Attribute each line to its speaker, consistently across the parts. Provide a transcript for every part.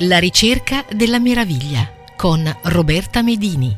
Speaker 1: La ricerca della meraviglia con Roberta Medini.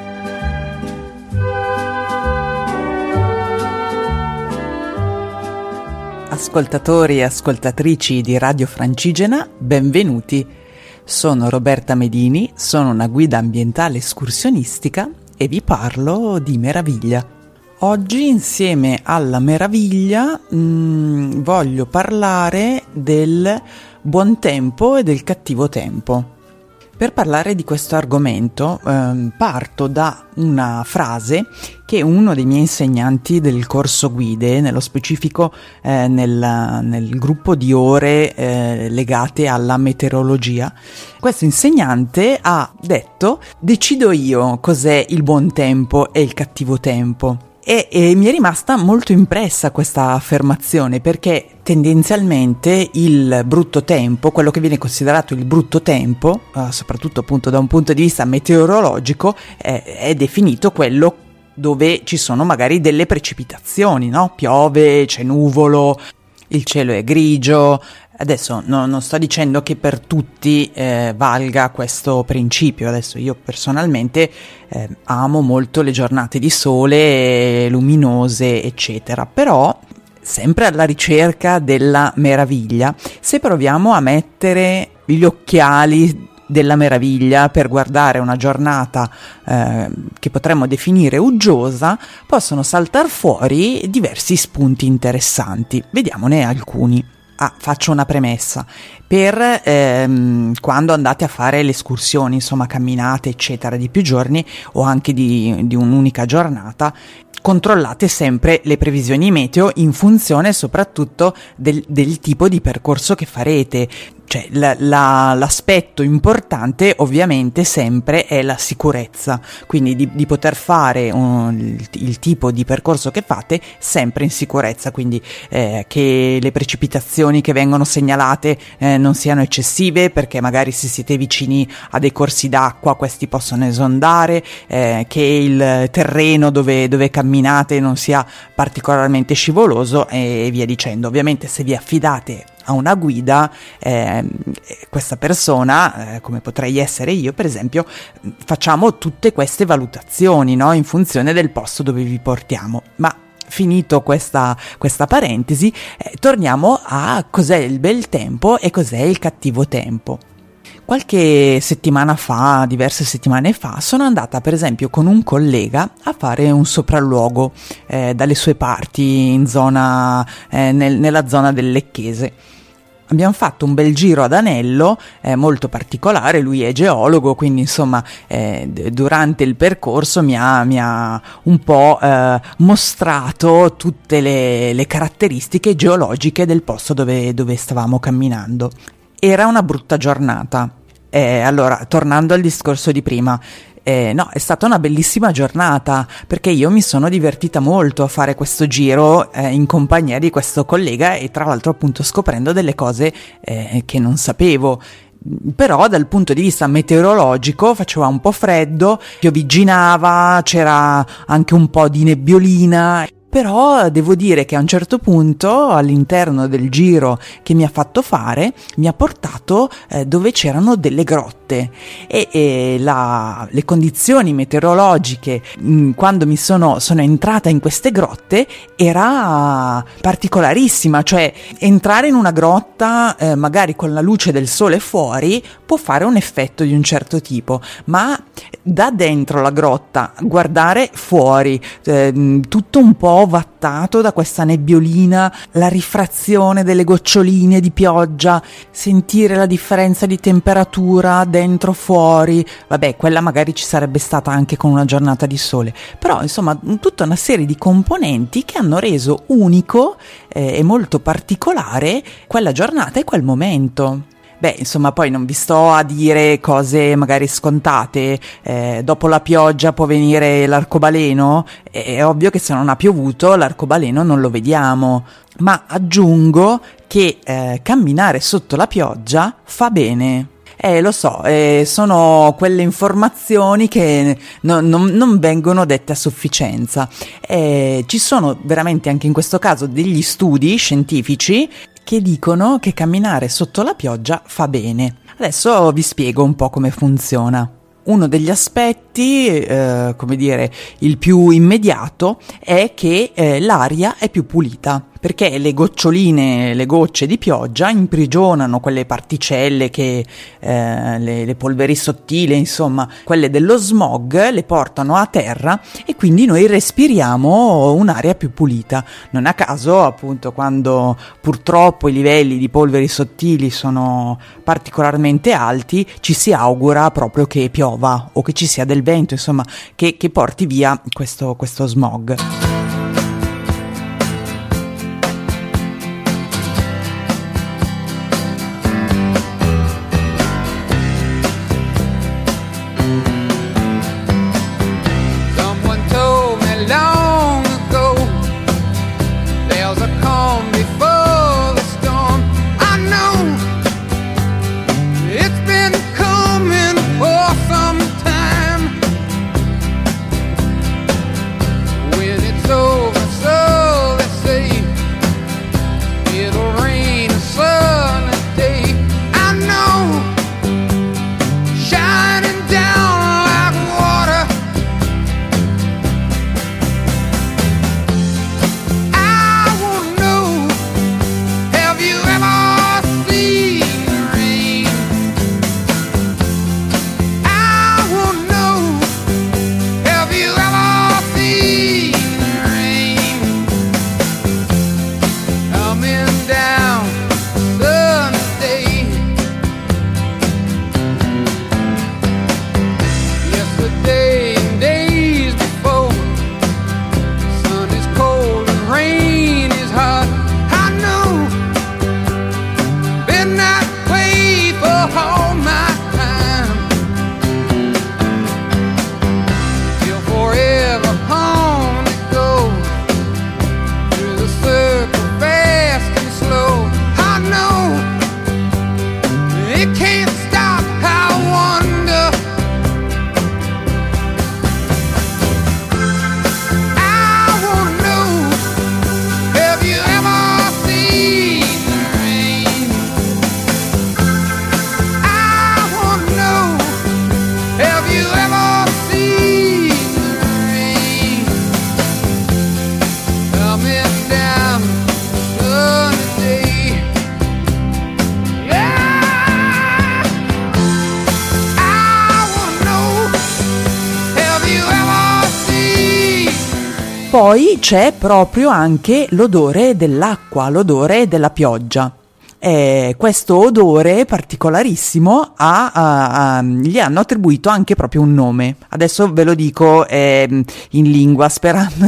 Speaker 2: Ascoltatori e ascoltatrici di Radio Francigena, benvenuti. Sono Roberta Medini, sono una guida ambientale escursionistica e vi parlo di meraviglia. Oggi insieme alla meraviglia voglio parlare del buon tempo e del cattivo tempo. Per parlare di questo argomento parto da una frase che uno dei miei insegnanti del corso guide, nello specifico nel gruppo di ore legate alla meteorologia, questo insegnante ha detto: decido io cos'è il buon tempo e il cattivo tempo. E mi è rimasta molto impressa questa affermazione, perché tendenzialmente il brutto tempo, quello che viene considerato il brutto tempo, soprattutto appunto da un punto di vista meteorologico, è definito quello dove ci sono magari delle precipitazioni, no? Piove, c'è nuvolo, il cielo è grigio. Adesso non sto dicendo che per tutti valga questo principio. Adesso io personalmente amo molto le giornate di sole luminose, eccetera, però sempre alla ricerca della meraviglia, se proviamo a mettere gli occhiali della meraviglia per guardare una giornata che potremmo definire uggiosa, possono saltar fuori diversi spunti interessanti. Vediamone alcuni. Faccio una premessa: per quando andate a fare le escursioni, insomma camminate eccetera di più giorni o anche di un'unica giornata, controllate sempre le previsioni meteo in funzione soprattutto del tipo di percorso che farete. Cioè l'aspetto importante ovviamente sempre è la sicurezza, quindi di poter fare il tipo di percorso che fate sempre in sicurezza, quindi che le precipitazioni che vengono segnalate non siano eccessive, perché magari se siete vicini a dei corsi d'acqua questi possono esondare, che il terreno dove camminate non sia particolarmente scivoloso e via dicendo. Ovviamente se vi affidate a una guida, questa persona, come potrei essere io per esempio, facciamo tutte queste valutazioni, no? In funzione del posto dove vi portiamo. Ma finito questa parentesi, torniamo a cos'è il bel tempo e cos'è il cattivo tempo. Qualche settimana fa, diverse settimane fa, sono andata per esempio con un collega a fare un sopralluogo dalle sue parti in zona nella zona del Lecchese. Abbiamo fatto un bel giro ad anello molto particolare. Lui è geologo, quindi insomma durante il percorso mi ha un po' mostrato tutte le caratteristiche geologiche del posto dove stavamo camminando. Era una brutta giornata. Allora, tornando al discorso di prima, no, è stata una bellissima giornata, perché io mi sono divertita molto a fare questo giro in compagnia di questo collega, e tra l'altro appunto scoprendo delle cose che non sapevo. Però dal punto di vista meteorologico faceva un po' freddo, piovigginava, c'era anche un po' di nebbiolina. Però devo dire che a un certo punto, all'interno del giro che mi ha fatto fare, mi ha portato dove c'erano delle grotte, e le condizioni meteorologiche quando mi sono entrata in queste grotte era particolarissima. Cioè entrare in una grotta magari con la luce del sole fuori può fare un effetto di un certo tipo, ma da dentro la grotta guardare fuori, tutto un po' ovattato da questa nebbiolina, la rifrazione delle goccioline di pioggia, sentire la differenza di temperatura dentro fuori. Vabbè, quella magari ci sarebbe stata anche con una giornata di sole, però insomma tutta una serie di componenti che hanno reso unico e molto particolare quella giornata e quel momento. Beh, insomma, poi non vi sto a dire cose magari scontate. Dopo la pioggia può venire l'arcobaleno. È ovvio che se non ha piovuto l'arcobaleno non lo vediamo, ma aggiungo che camminare sotto la pioggia fa bene. Lo so, sono quelle informazioni che non vengono dette a sufficienza. Ci sono veramente anche in questo caso degli studi scientifici che dicono che camminare sotto la pioggia fa bene. Adesso vi spiego un po' come funziona. Uno degli aspetti, il più immediato è che l'aria è più pulita, perché le goccioline, le gocce di pioggia imprigionano quelle particelle che le polveri sottili, insomma, quelle dello smog, le portano a terra e quindi noi respiriamo un'aria più pulita. Non a caso, appunto, quando purtroppo i livelli di polveri sottili sono particolarmente alti, ci si augura proprio che piova o che ci sia del vento, insomma, che porti via questo smog. Poi c'è proprio anche l'odore dell'acqua, l'odore della pioggia. Questo odore particolarissimo gli hanno attribuito anche proprio un nome. Adesso ve lo dico in lingua, sperando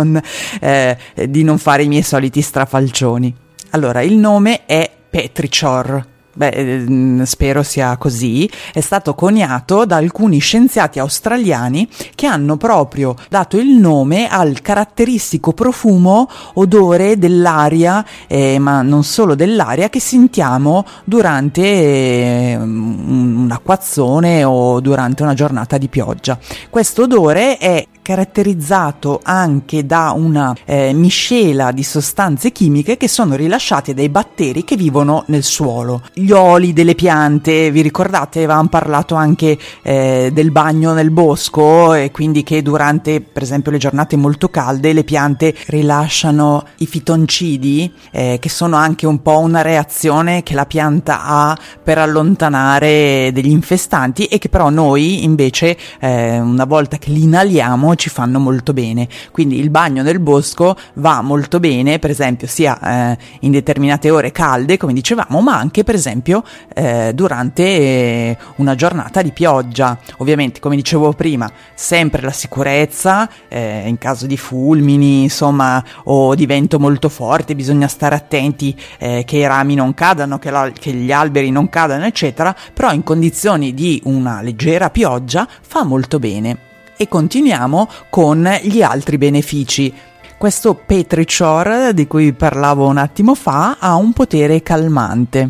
Speaker 2: di non fare i miei soliti strafalcioni. Allora, il nome è petrichor. Spero sia così. È stato coniato da alcuni scienziati australiani che hanno proprio dato il nome al caratteristico profumo, odore dell'aria, ma non solo dell'aria, che sentiamo durante un acquazzone o durante una giornata di pioggia. Questo odore è caratterizzato anche da una miscela di sostanze chimiche che sono rilasciate dai batteri che vivono nel suolo. Gli oli delle piante, vi ricordate? Avevamo parlato anche del bagno nel bosco, e quindi che durante, per esempio, le giornate molto calde le piante rilasciano i fitoncidi, che sono anche un po' una reazione che la pianta ha per allontanare degli infestanti, e che però noi invece una volta che li inaliamo ci fanno molto bene. Quindi il bagno nel bosco va molto bene, per esempio, sia in determinate ore calde, come dicevamo, ma anche per esempio durante una giornata di pioggia. Ovviamente, come dicevo prima, sempre la sicurezza, in caso di fulmini, insomma, o di vento molto forte, bisogna stare attenti che i rami non cadano, che gli alberi non cadano, eccetera, però in condizioni di una leggera pioggia fa molto bene. E continuiamo con gli altri benefici. Questo petrichor di cui parlavo un attimo fa ha un potere calmante.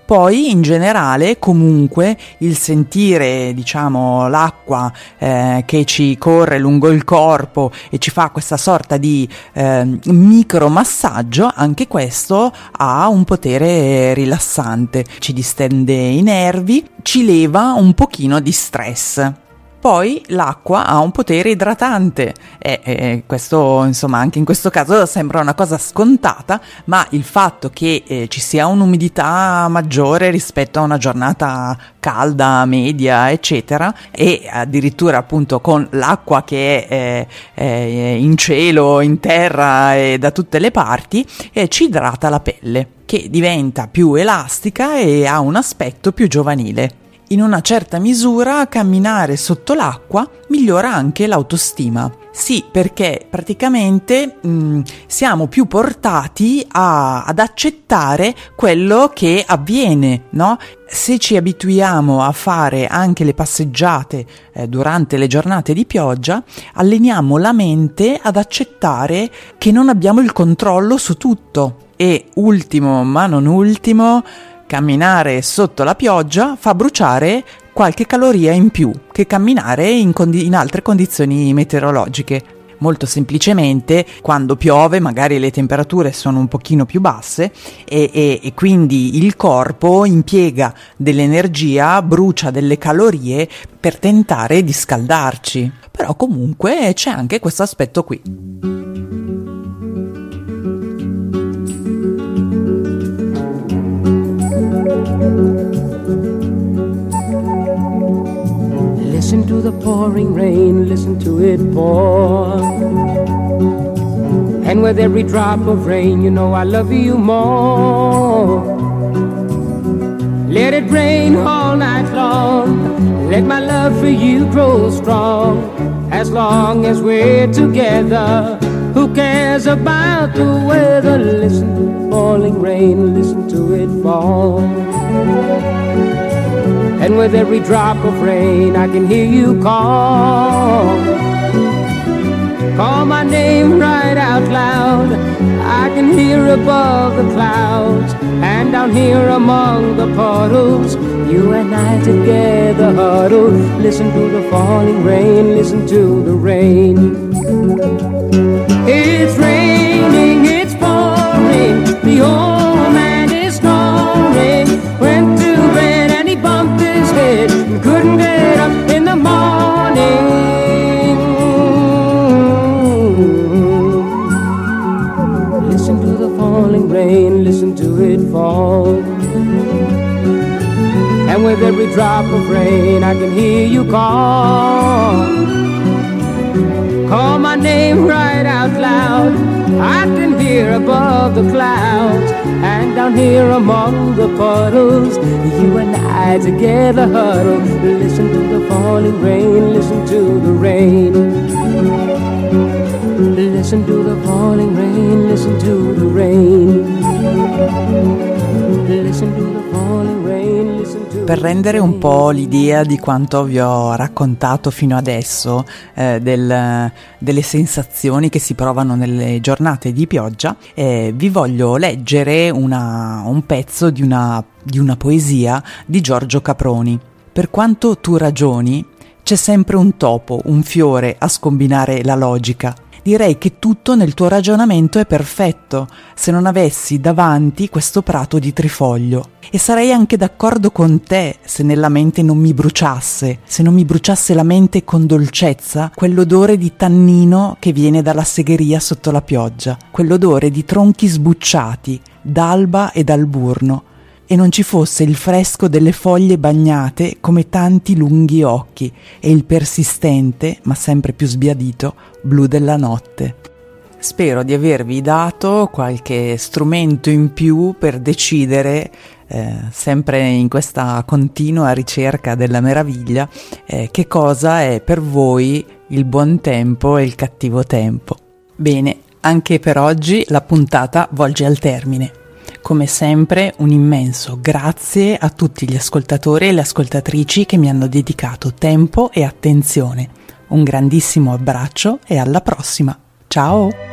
Speaker 2: Poi in generale comunque il sentire, diciamo, l'acqua che ci corre lungo il corpo e ci fa questa sorta di micromassaggio, anche questo ha un potere rilassante, ci distende i nervi, ci leva un pochino di stress. Poi l'acqua ha un potere idratante e questo, insomma, anche in questo caso sembra una cosa scontata, ma il fatto che ci sia un'umidità maggiore rispetto a una giornata calda, media, eccetera, e addirittura appunto con l'acqua che è in cielo, in terra e da tutte le parti, ci idrata la pelle, che diventa più elastica e ha un aspetto più giovanile. In una certa misura camminare sotto l'acqua migliora anche l'autostima. Sì, perché praticamente siamo più portati ad accettare quello che avviene, no? Se ci abituiamo a fare anche le passeggiate durante le giornate di pioggia, alleniamo la mente ad accettare che non abbiamo il controllo su tutto. E ultimo, ma non ultimo, camminare sotto la pioggia fa bruciare qualche caloria in più che camminare in altre condizioni meteorologiche. Molto semplicemente, quando piove magari le temperature sono un pochino più basse e quindi il corpo impiega dell'energia, brucia delle calorie per tentare di scaldarci. Però comunque c'è anche questo aspetto qui.
Speaker 3: Listen to the pouring rain, listen to it pour. And with every drop of rain, you know I love you more. Let it rain all night long, let my love for you grow strong. As long as we're together, who cares about the weather? Listen to the falling rain, listen to it fall. And with every drop of rain I can hear you call. Call my name right out loud. I can hear above the clouds. And down here among the puddles, you and I together huddle. Listen to the falling rain, listen to the rain. It's raining, it's pouring, the old man is snoring. Went to bed and he bumped his head and couldn't get up in the morning. Listen to the falling rain, listen to it fall. And with every drop of rain I can hear you call. Call my name right out loud. I can hear above the clouds. And down here among the puddles, you and I together huddle. Listen to the falling rain, listen to the rain. Listen to the falling rain, listen to the rain. Listen to the falling rain, listen to.
Speaker 2: Per rendere un po' l'idea di quanto vi ho raccontato fino adesso delle sensazioni che si provano nelle giornate di pioggia, vi voglio leggere un pezzo di una poesia di Giorgio Caproni. Per quanto tu ragioni, c'è sempre un topo, un fiore a scombinare la logica. Direi che tutto nel tuo ragionamento è perfetto, se non avessi davanti questo prato di trifoglio. E sarei anche d'accordo con te se nella mente non mi bruciasse, se non mi bruciasse la mente con dolcezza quell'odore di tannino che viene dalla segheria sotto la pioggia, quell'odore di tronchi sbucciati, d'alba e d'alburno, e non ci fosse il fresco delle foglie bagnate come tanti lunghi occhi e il persistente, ma sempre più sbiadito, blu della notte. Spero di avervi dato qualche strumento in più per decidere, sempre in questa continua ricerca della meraviglia, che cosa è per voi il buon tempo e il cattivo tempo. Bene, anche per oggi la puntata volge al termine. Come sempre un immenso grazie a tutti gli ascoltatori e le ascoltatrici che mi hanno dedicato tempo e attenzione. Un grandissimo abbraccio e alla prossima. Ciao!